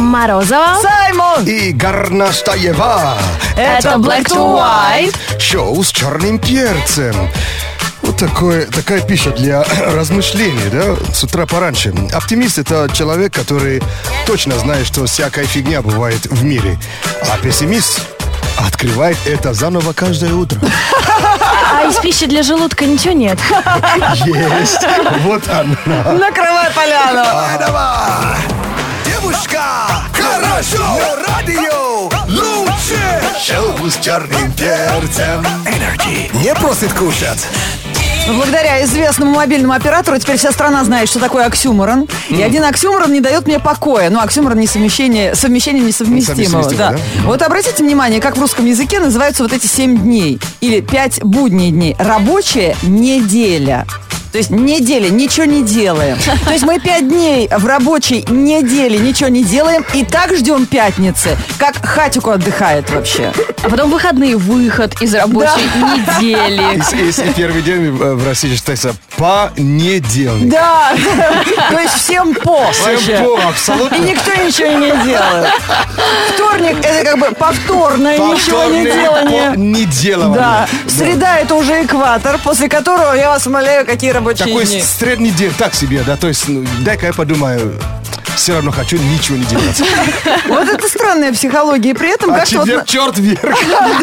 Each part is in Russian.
Морозова. Саймон. И Горностаева. Это Black to White. Шоу с черным перцем. Вот такая пища для размышлений, да, с утра пораньше. Оптимист — это человек, который точно знает, что всякая фигня бывает в мире. А пессимист открывает это заново каждое утро. А из пищи для желудка ничего нет? Есть. Вот она. Накрывай поляну. Давай. Девушка, хорошо. На радио лучше. Шоу с черным перцем. Energy не просит кушать. Благодаря известному мобильному оператору теперь вся страна знает, что такое оксюморон. И один оксюморон не дает мне покоя. Ну, оксюморон совмещение несовместимого. Да. Да? Вот обратите внимание, как в русском языке называются вот эти 7 дней. Или 5 будних дней. Рабочая неделя. То есть неделя, ничего не делаем. То есть мы 5 дней в рабочей неделе ничего не делаем и так ждем пятницы, как Хатику отдыхает вообще. А потом выходные, выход из рабочей недели. Если первый день в России считается понедельник. Да, то есть всем по вообще. Абсолютно. И никто ничего не делает. Вторник — это как бы повторное ничего не делание. Неделание. Да. Среда — это уже экватор, после которого, я вас умоляю, какие рабочие Такой дни. средний день, так себе, да, то есть, дай-ка я подумаю, все равно хочу ничего не делать. Вот это странная психология, и при этом А как-то вот... четверг, черт вверх.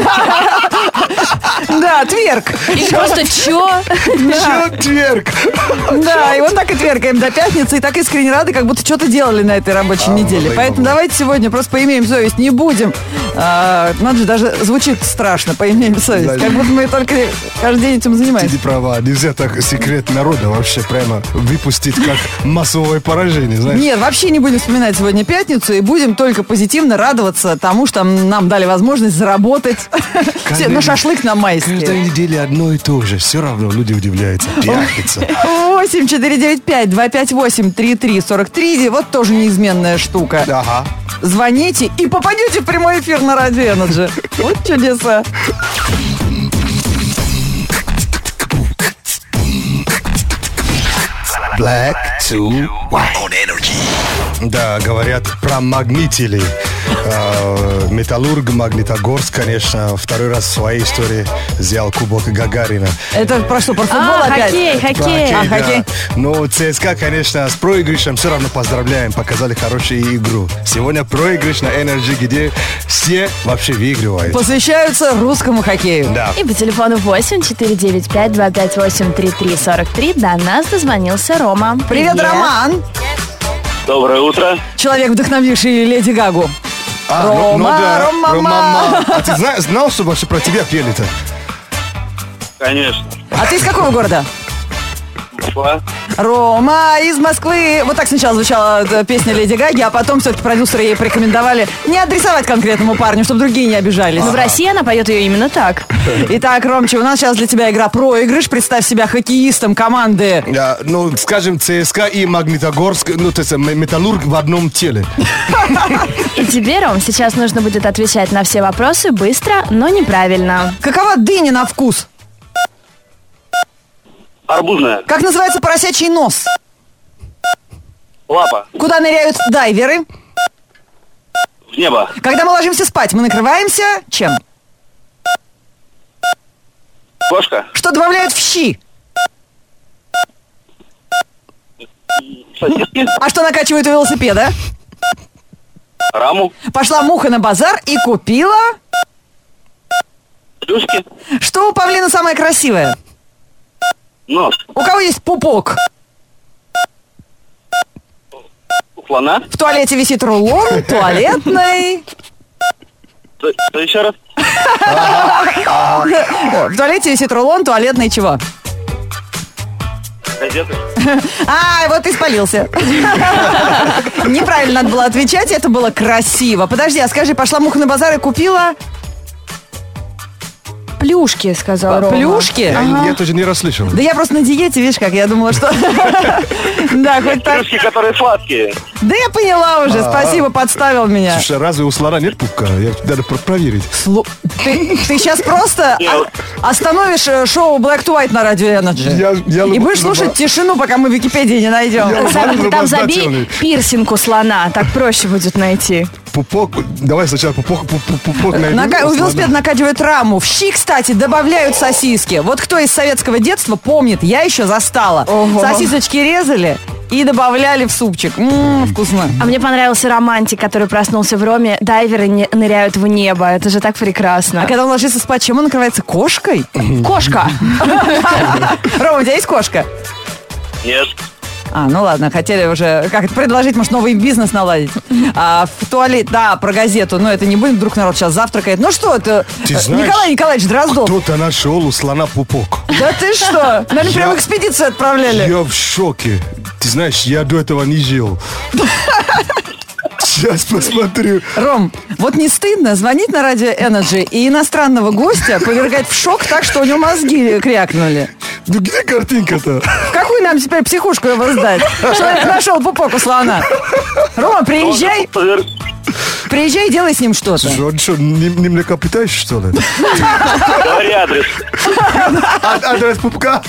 Да, тверк. И просто чё? Черт вверх. Да, и вот так и тверкаем до пятницы, и так искренне рады, как будто что-то делали на этой рабочей неделе. Поэтому давайте сегодня просто поимеем совесть, не будем. Надо же, даже звучит страшно, поимеем совесть. Как будто мы только каждый день этим занимаемся. Ты права, нельзя так секрет народа вообще прямо выпустить как массовое поражение, знаешь. Нет, вообще не будем вспоминать сегодня пятницу и будем только позитивно радоваться тому, что нам дали возможность заработать на шашлык на майские. Каждой неделе одно и то же. Все равно люди удивляются. Пятница. 8-495-258-3343. Вот тоже неизменная штука. Ага. Звоните и попадете в прямой эфир на Радио Energy. Вот чудеса. Black to White on Energy. Да, говорят про магнитили. Металлург Магнитогорск, конечно, второй раз в своей истории взял Кубок Гагарина. Это про что, про футбол опять? Хоккей. А, хоккей. Но ЦСКА, конечно, с проигрышем все равно поздравляем. Показали хорошую игру. Сегодня проигрыш на Energy, где все вообще выигрывают. Посвящаются русскому хоккею. Да. И по телефону 8-495-258-3343 до нас дозвонился Рома. Привет, Роман. Доброе утро. Человек, вдохновивший Леди Гагу. Да, Рома. А ты знал, что вообще про тебя пели-то? Конечно. А ты из какого города? Москва. Рома из Москвы. Вот так сначала звучала песня Леди Гаги, а потом все-таки продюсеры ей порекомендовали не адресовать конкретному парню, чтобы другие не обижались. Но в России она поет ее именно так. Итак, Ромчик, у нас сейчас для тебя игра «Проигрыш». Представь себя хоккеистом команды. Ну, скажем, ЦСКА и Магнитогорск, ну, то есть Металлург в одном теле. И тебе, Ром, сейчас нужно будет отвечать на все вопросы быстро, но неправильно. Какова дыня на вкус? Арбузная. Как называется поросячий нос? Лапа. Куда ныряют дайверы? В небо. Когда мы ложимся спать, мы накрываемся чем? Кошка. Что добавляют в щи? Сосиски. А что накачивают у велосипеда? Раму. Пошла муха на базар и купила... Плюшки. Что у павлина самое красивое? Нос. У кого есть пупок? У слона. В туалете висит рулон туалетный. Что еще раз? В туалете висит рулон туалетный чего? Газеты. Вот и спалился. Неправильно надо было отвечать, это было красиво. Подожди, а скажи, пошла муха на базар и купила... Плюшки, сказал Рома. Плюшки? Я тоже не расслышал. Да я просто на диете, видишь, как я думала, что... Да, хоть так. Плюшки, которые сладкие. Да я поняла уже, спасибо, подставил меня. Слушай, разве у слона нет пупка? Надо проверить. Ты сейчас просто остановишь шоу Black to White на радио Energy. И будешь слушать тишину, пока мы в Википедии не найдем. Сам ты там забей пирсинг у слона, так проще будет найти. Пупок, давай сначала пупок найдем. У велосипеда накачивают раму. В щи, кстати, добавляют сосиски. Вот кто из советского детства помнит, я еще застала. Ого. Сосисочки резали и добавляли в супчик. Вкусно. А мне понравился романтик, который проснулся в Роме. Дайверы ныряют в небо. Это же так прекрасно. А когда он ложится спать, чем он накрывается? Кошкой? Кошка. Рома, у тебя есть кошка? Нет. Ну ладно, хотели уже как-то предложить, может, новый бизнес наладить. В туалет, да, про газету, но это не будем, вдруг народ сейчас завтракает. Ну что это? Ты знаешь, Николай Николаевич Дроздов. Кто-то нашел у слона пупок. Да ты что? Наверное, прям экспедицию отправляли. Я в шоке. Ты знаешь, я до этого не жил. Сейчас посмотрю. Ром, вот не стыдно звонить на радио Energy и иностранного гостя повергать в шок так, что у него мозги крякнули? Ну где картинка-то? В какую нам теперь психушку его сдать? Человек нашел пупок у слона. Рома, приезжай. Приезжай и делай с ним что-то. Слушай, он что, не млекопитающий, что ли? Говори адрес. Адрес пупка?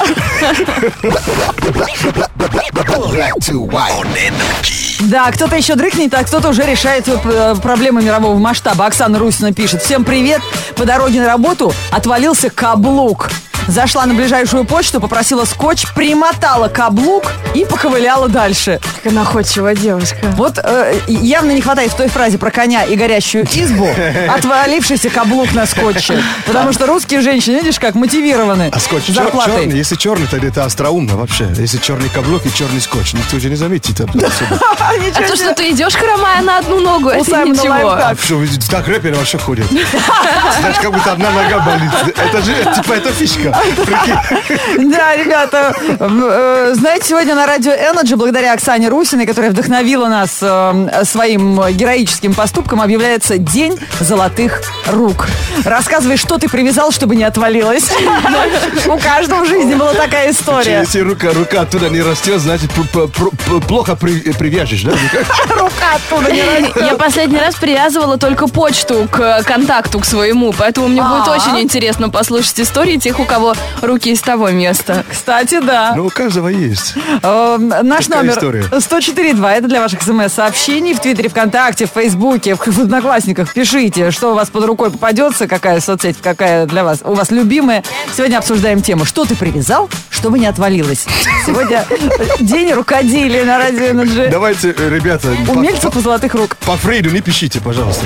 Да, кто-то еще дрыхнет, а кто-то уже решает проблемы мирового масштаба. Оксана Русина пишет: всем привет, по дороге на работу отвалился каблук. Зашла на ближайшую почту, попросила скотч, примотала каблук и поковыляла дальше. Какая находчивая девушка. Вот явно не хватает в той фразе про коня и горящую избу отвалившийся каблук на скотче. Потому что русские женщины, видишь, как мотивированы А скотч зарплатой. черный? Если черный, тогда это остроумно вообще. Если черный каблук и черный скотч, никто же не заметит. А то, что ты идешь, хромая на одну ногу, это Саймона ничего. лайфхак. Что, так рэперы вообще ходят. Знаешь, как будто одна нога болит. Это же, типа, это фишка. Прикинь. Да, ребята, знаете, сегодня на радио Energy, благодаря Оксане Русиной, которая вдохновила нас своим героическим поступком, объявляется День золотых рук. Рассказывай, что ты привязал, чтобы не отвалилось. У каждого в жизни была такая история. Если рука оттуда не растет, значит, плохо привяжешь, да? Рука оттуда не растет. Я последний раз привязывала только почту к контакту, к своему, поэтому мне будет очень интересно послушать истории тех, у кого руки из того места. Кстати, да. Ну, у каждого есть. Наш Такая номер история. 104.2. Это для ваших смс-сообщений. В Твиттере, ВКонтакте, в Фейсбуке, в Одноклассниках. Пишите, что у вас под рукой попадется, какая соцсеть, какая для вас у вас любимая. Сегодня обсуждаем тему, что ты привязал, чтобы не отвалилось. Сегодня день рукоделия на радио Energy. Давайте, ребята, Умельцев у золотых рук. по Фрейду не пишите, пожалуйста.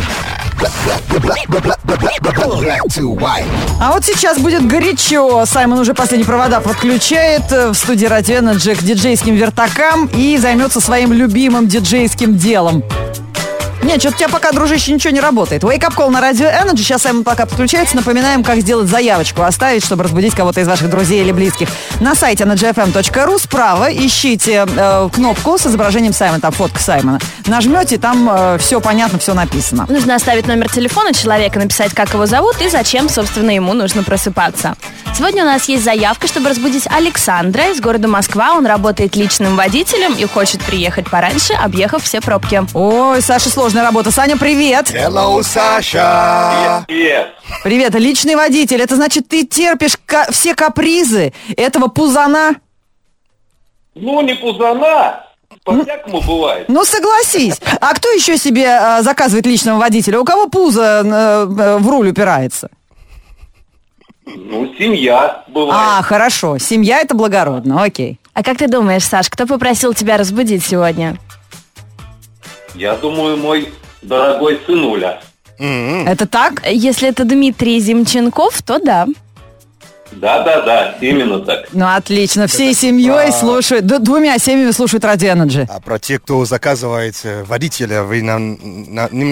А вот сейчас будет горячо. Саймон уже последние провода подключает в студии радио Energy к диджейским вертакам и займется своим любимым диджейским делом. Нет, что-то у тебя пока, дружище, ничего не работает. Wake Up Call на радио Energy. Сейчас Саймон пока подключается. Напоминаем, как сделать заявочку, оставить, чтобы разбудить кого-то из ваших друзей или близких. На сайте energyfm.ru справа ищите кнопку с изображением Саймона, там фотка Саймона. Нажмете, там все понятно, все написано. Нужно оставить номер телефона человека, написать, как его зовут и зачем, собственно, ему нужно просыпаться. Сегодня у нас есть заявка, чтобы разбудить Александра из города Москва. Он работает личным водителем и хочет приехать пораньше, объехав все пробки. Ой, Саша, сложная работа. Саня, привет. Hello, Саша. Привет. Привет, личный водитель. Это значит, ты терпишь все капризы этого пузана? Ну, не пузана. По-всякому бывает. Ну, согласись. А кто еще себе заказывает личного водителя? У кого пузо в руль упирается? Ну, семья бывает. Хорошо. Семья – это благородно. Окей. А как ты думаешь, Саш, кто попросил тебя разбудить сегодня? Я думаю, мой дорогой сынуля. Это так? Если это Дмитрий Зимченков, то да. Да, именно так. Ну, отлично. Всей семьей слушают, двумя семьями слушают радио Energy. А про тех, кто заказывает водителя, вы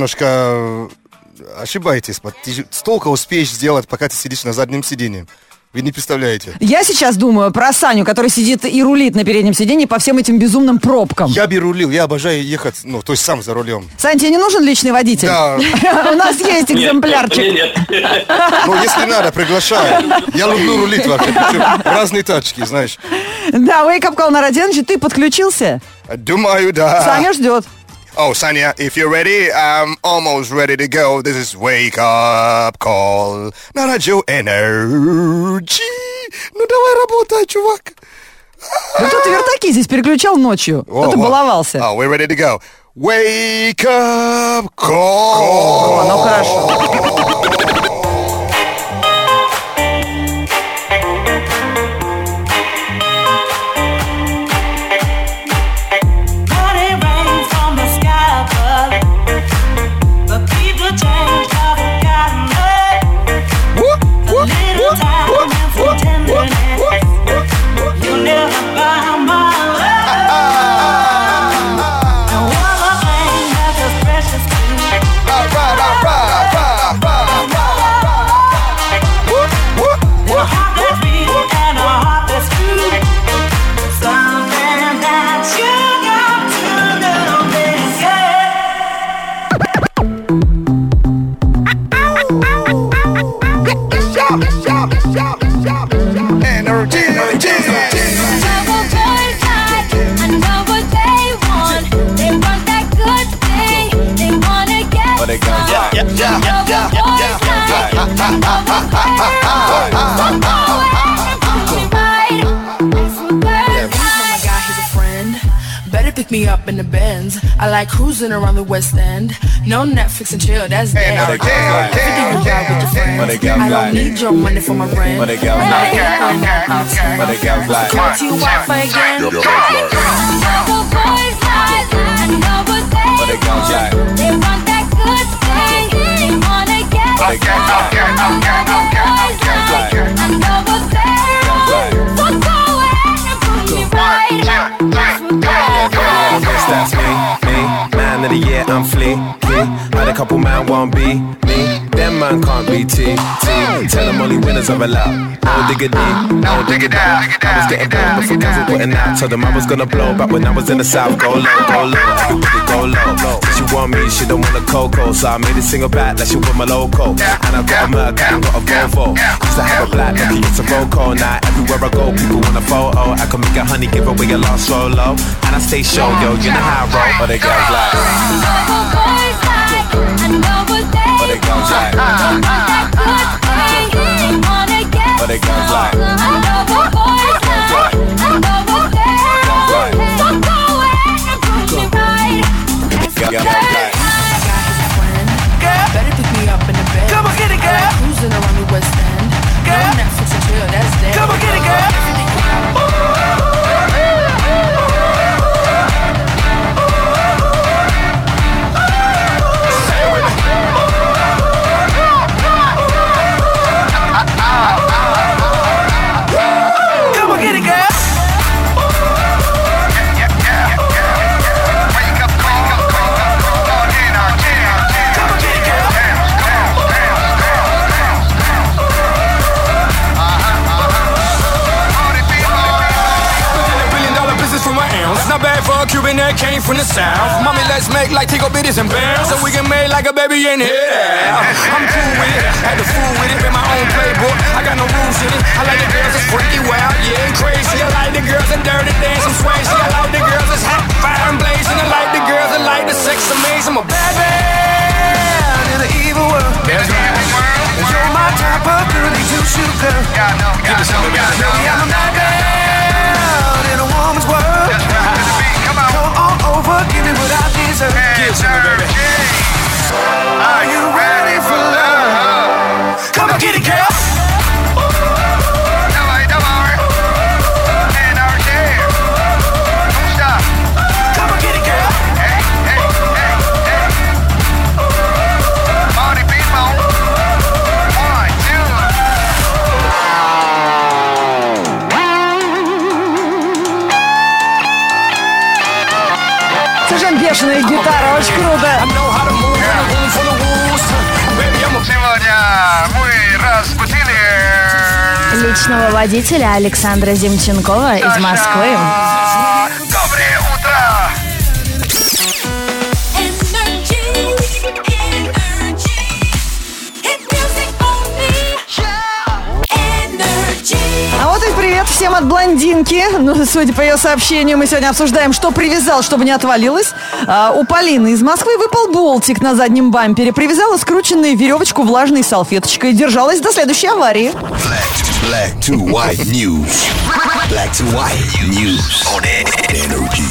немножко ошибаетесь. Ты столько успеешь сделать, пока ты сидишь на заднем сиденье. Вы не представляете. Я сейчас думаю про Саню, который сидит и рулит на переднем сиденье по всем этим безумным пробкам. Я бы рулил, я обожаю ехать, то есть сам за рулем. Сань, тебе не нужен личный водитель? Да. У нас есть экземплярчик. Нет. Ну, если надо, приглашаю. Я люблю рулить вообще. Причем разные тачки, знаешь. Да, Wake Up Call на Радио Energy. Ты подключился? Думаю, да. Саня ждет. Oh, Sanya, if you're ready, I'm almost ready to go. This is Wake Up Call на Radio Energy. Ну, давай работай, чувак. Да кто-то вертаки здесь переключал ночью. Кто-то баловался. Oh, we're ready to go. Wake Up Call. О, ну хорошо. Pick me up in the Benz. I like cruising around the West End. No Netflix and chill, that's dead. I don't need your money for my rent. Come to your Wi-Fi again. They want that good thing. They wanna get I know what's there. So go ahead and put me right. That's me, man of the year, I'm fleeky. Had a couple man won't be me. Them man can't be T. Tell them only winners of a lap. No diggity, no diggity. I was getting blown before guys were putting out. Told them I was gonna blow back when I was in the south. Go low, everybody go low. She want me, she don't want a cocoa. So I made a single back like she want my loco. And I got a Merc, I got a Volvo. Used to have a black, lucky it's a Roco. Now everywhere I go, people want a photo. I can make a honey, give away a lost solo. And I stay show, yo, you know how I roll. But they girls like but they girls like but they girls like Better pick me up in the bed. Come on, get it, girl. Cruising around the West End. No Netflix and chill, that's dead. Come on, get it, girl. Cuban that came from the south. Mommy, let's make like Tico bitties and bounce, so we can make like a baby in here. I'm cool with it, had to fool with it, in my own playbook. I got no rules in it. I like the girls that's freaky, wild, yeah, and crazy. I like the girls that dirty dance and sway. I like the girls that's hot, fire and blazing. I like the girls that like the sex amazing. I'm a bad man in the evil world. That's right. You're my type of girly two-shoe girl. Give me some of that. I'm a bad man in a woman's world. Give me what I deserve. Give to me, baby. Are you ready for love? Come on, get it, girl. Come on, get it, girl. Party people. 1, 2. Совершенно бешеная гитара, очень круто. Сегодня мы разбудили Личного водителя Александра Зимченкова из Москвы. Доброе утро! А вот и привет всем от блондинки. Ну, судя по ее сообщению, мы сегодня обсуждаем, что привязал, чтобы не отвалилось. У Полины из Москвы выпал болтик на заднем бампере. Привязала скрученную веревочку влажной салфеточкой и держалась до следующей аварии. Black to white news. Black to white news on Energy.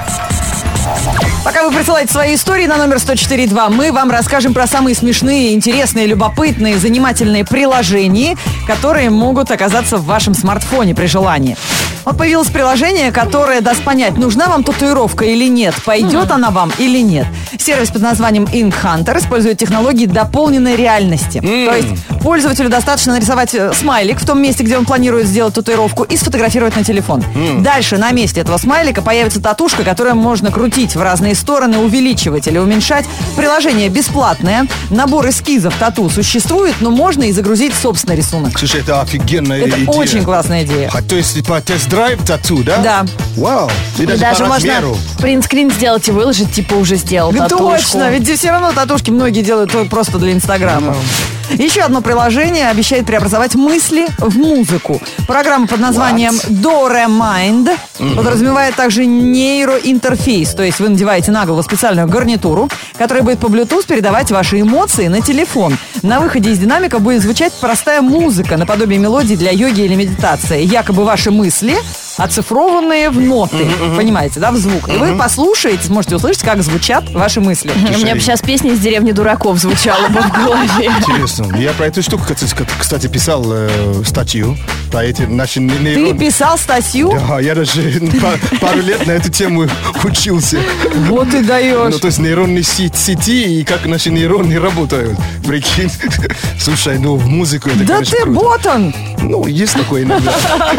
Пока вы присылаете свои истории на номер 104.2, мы вам расскажем про самые смешные, интересные, любопытные, занимательные приложения, которые могут оказаться в вашем смартфоне при желании. Вот появилось приложение, которое даст понять, нужна вам татуировка или нет, пойдет она вам или нет. Сервис под названием Ink Hunter использует технологии дополненной реальности. То есть пользователю достаточно нарисовать смайлик в том месте, где он планирует сделать татуировку, и сфотографировать на телефон. Дальше на месте этого смайлика появится татушка, которую можно крутить в разные стороны, увеличивать или уменьшать. Приложение бесплатное. Набор эскизов тату существует, но можно и загрузить собственный рисунок. Слушай, это офигенная идея. Это очень классная идея. То есть, типа, тест-драйв тату, да? Да. Вау. И И даже по можно размеру. принтскрин сделать и выложить, типа уже сделал татушку. Точно, ведь все равно татушки многие делают просто для Инстаграма. Еще одно приложение обещает преобразовать мысли в музыку. Программа под названием DoReMind подразумевает также нейроинтерфейс. То есть вы надеваете на голову специальную гарнитуру, которая будет по Bluetooth передавать ваши эмоции на телефон. На выходе из динамика будет звучать простая музыка, наподобие мелодии для йоги или медитации. Якобы ваши мысли оцифрованные в ноты. Понимаете, да, в звук. И вы послушаете, сможете услышать, как звучат ваши мысли. У меня бы сейчас песня из «Деревни дураков» звучала бы в голове. Интересно. Я про эту штуку, кстати, писал статью про эти наши Ты нейроны. писал статью? Да, я даже пару лет на эту тему учился. Вот и даешь. Ну, то есть нейронные сети и как наши нейроны работают. Прикинь. Слушай, ну в музыку это, Да конечно, ты круто. ботан! Ну, есть такое иногда.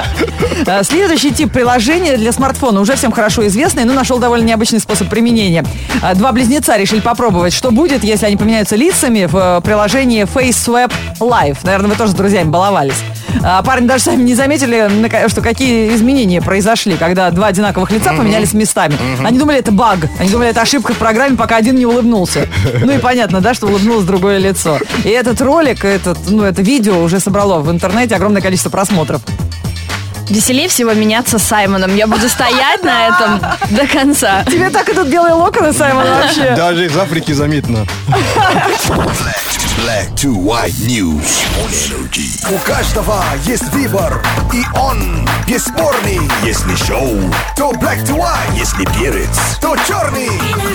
Следующий тип приложения для смартфона уже всем хорошо известный, но нашел довольно необычный способ применения. Два близнеца решили попробовать, что будет, если они поменяются лицами в приложении FaceSwap Live. Наверное, вы тоже с друзьями баловались. Парни даже сами не заметили, что какие изменения произошли, когда два одинаковых лица поменялись местами. Они думали, это баг. Они думали, это ошибка в программе, пока один не улыбнулся. Ну и понятно, да, что улыбнулось другое лицо. И этот ролик, это видео уже собрало в интернете огромное количество просмотров. Веселее всего меняться с Саймоном. Я буду стоять на этом до конца. Тебе так идут белые локоны, Саймон, вообще? Даже из Африки заметно. Black to white news on Energy. У каждого есть выбор, и он бесспорный. Если шоу, То black to white, если перец, то черный.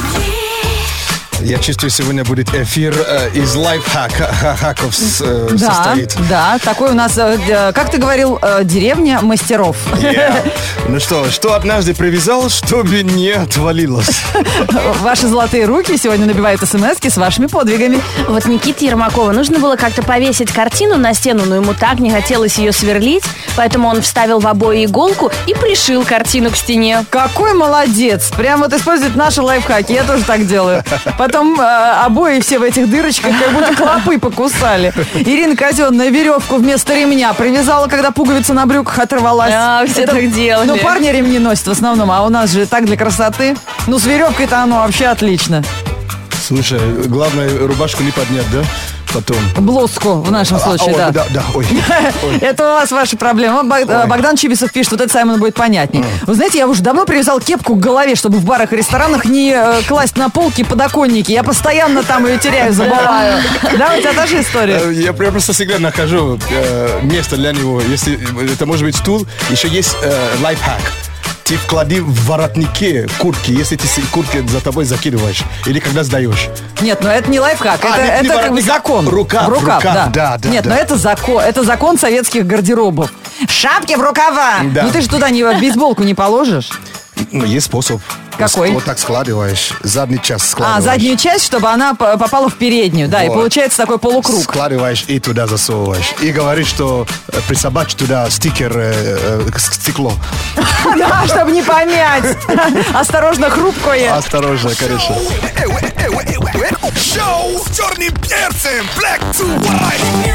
Я чувствую, сегодня будет эфир из лайфхаков состоит. Да, такой у нас, как ты говорил, деревня мастеров. Ну что однажды привязал, чтобы не отвалилось. Ваши золотые руки сегодня набивают смс-ки с вашими подвигами. Вот Никите Ермакова нужно было как-то повесить картину на стену, но ему так не хотелось ее сверлить, поэтому он вставил в обои иголку и пришил картину к стене. Какой молодец! Прям вот использует наши лайфхаки, я тоже так делаю. Потом обои все в этих дырочках, как будто клопы покусали. Ирина Казенная веревку вместо ремня привязала, когда пуговица на брюках оторвалась. Все так делали. Ну, парни ремни носят в основном, а у нас же так для красоты. Ну, с веревкой-то оно вообще отлично. Слушай, главное рубашку не поднять, да? Потом. Блузку в нашем случае, да. Да, ой. Это у вас ваша проблема. Богдан Чибисов пишет, вот это Саймону будет понятней. Вы знаете, я уже давно привязал кепку к голове, чтобы в барах и ресторанах не класть на полки подоконники. Я постоянно там ее теряю, забываю. Да, у тебя та же история? Я просто всегда нахожу место для него. Если это может быть стул, еще есть лайфхак. Ты вклади в воротнике куртки, если ты куртки за тобой закидываешь. Или когда сдаешь. Нет, но это не лайфхак, это как бы закон. Рукав, да. Нет, но это закон советских гардеробов. Шапки в рукава! Да. Ну ты же туда бейсболку не положишь. Ну, есть способ. Какой? Вот так складываешь, заднюю часть складываешь. Заднюю часть, чтобы она попала в переднюю, да, Вот. и получается такой полукруг. Складываешь и туда засовываешь. И говоришь, что присобачь туда стикер стекло. Да, чтобы не помять. Осторожно, хрупкое. Осторожно, конечно. Шоу с черным перцем. Black to white.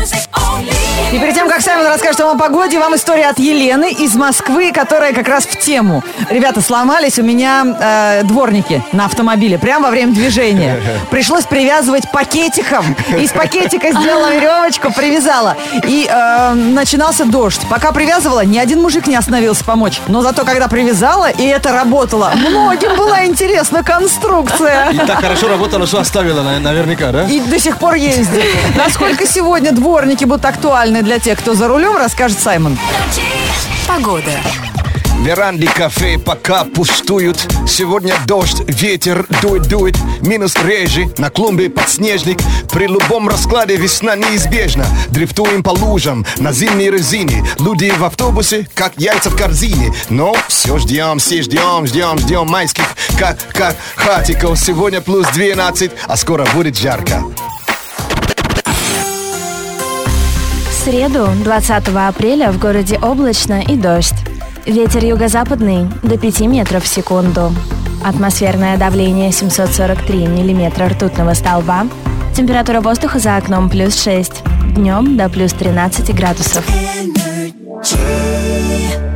И перед тем, как Саймон расскажет вам о погоде, вам история от Елены из Москвы, которая как раз в тему. Ребята, сломались у меня дворники на автомобиле прямо во время движения. Пришлось привязывать пакетиком. Из пакетика сделала веревочку, привязала. И начинался дождь. Пока привязывала, ни один мужик не остановился помочь. Но зато, когда привязала, и это работало, многим была интересна конструкция. И так хорошо работало, что оставила наверняка, да? И до сих пор ездит. Насколько сегодня дворники будут актуальны для тех, кто за рулем, расскажет Саймон. Погода. Веранды кафе пока пустуют. Сегодня дождь, ветер дует. Минус режи, на клумбе подснежник. При любом раскладе весна неизбежна. Дрифтуем по лужам на зимней резине. Люди в автобусе, как яйца в корзине. Но все ждем майских хатиков. Сегодня плюс 12, а скоро будет жарко. В среду, 20 апреля, в городе облачно и дождь. Ветер юго-западный до 5 метров в секунду. Атмосферное давление 743 миллиметра ртутного столба. Температура воздуха за окном плюс 6. Днем до плюс 13 градусов. Energy.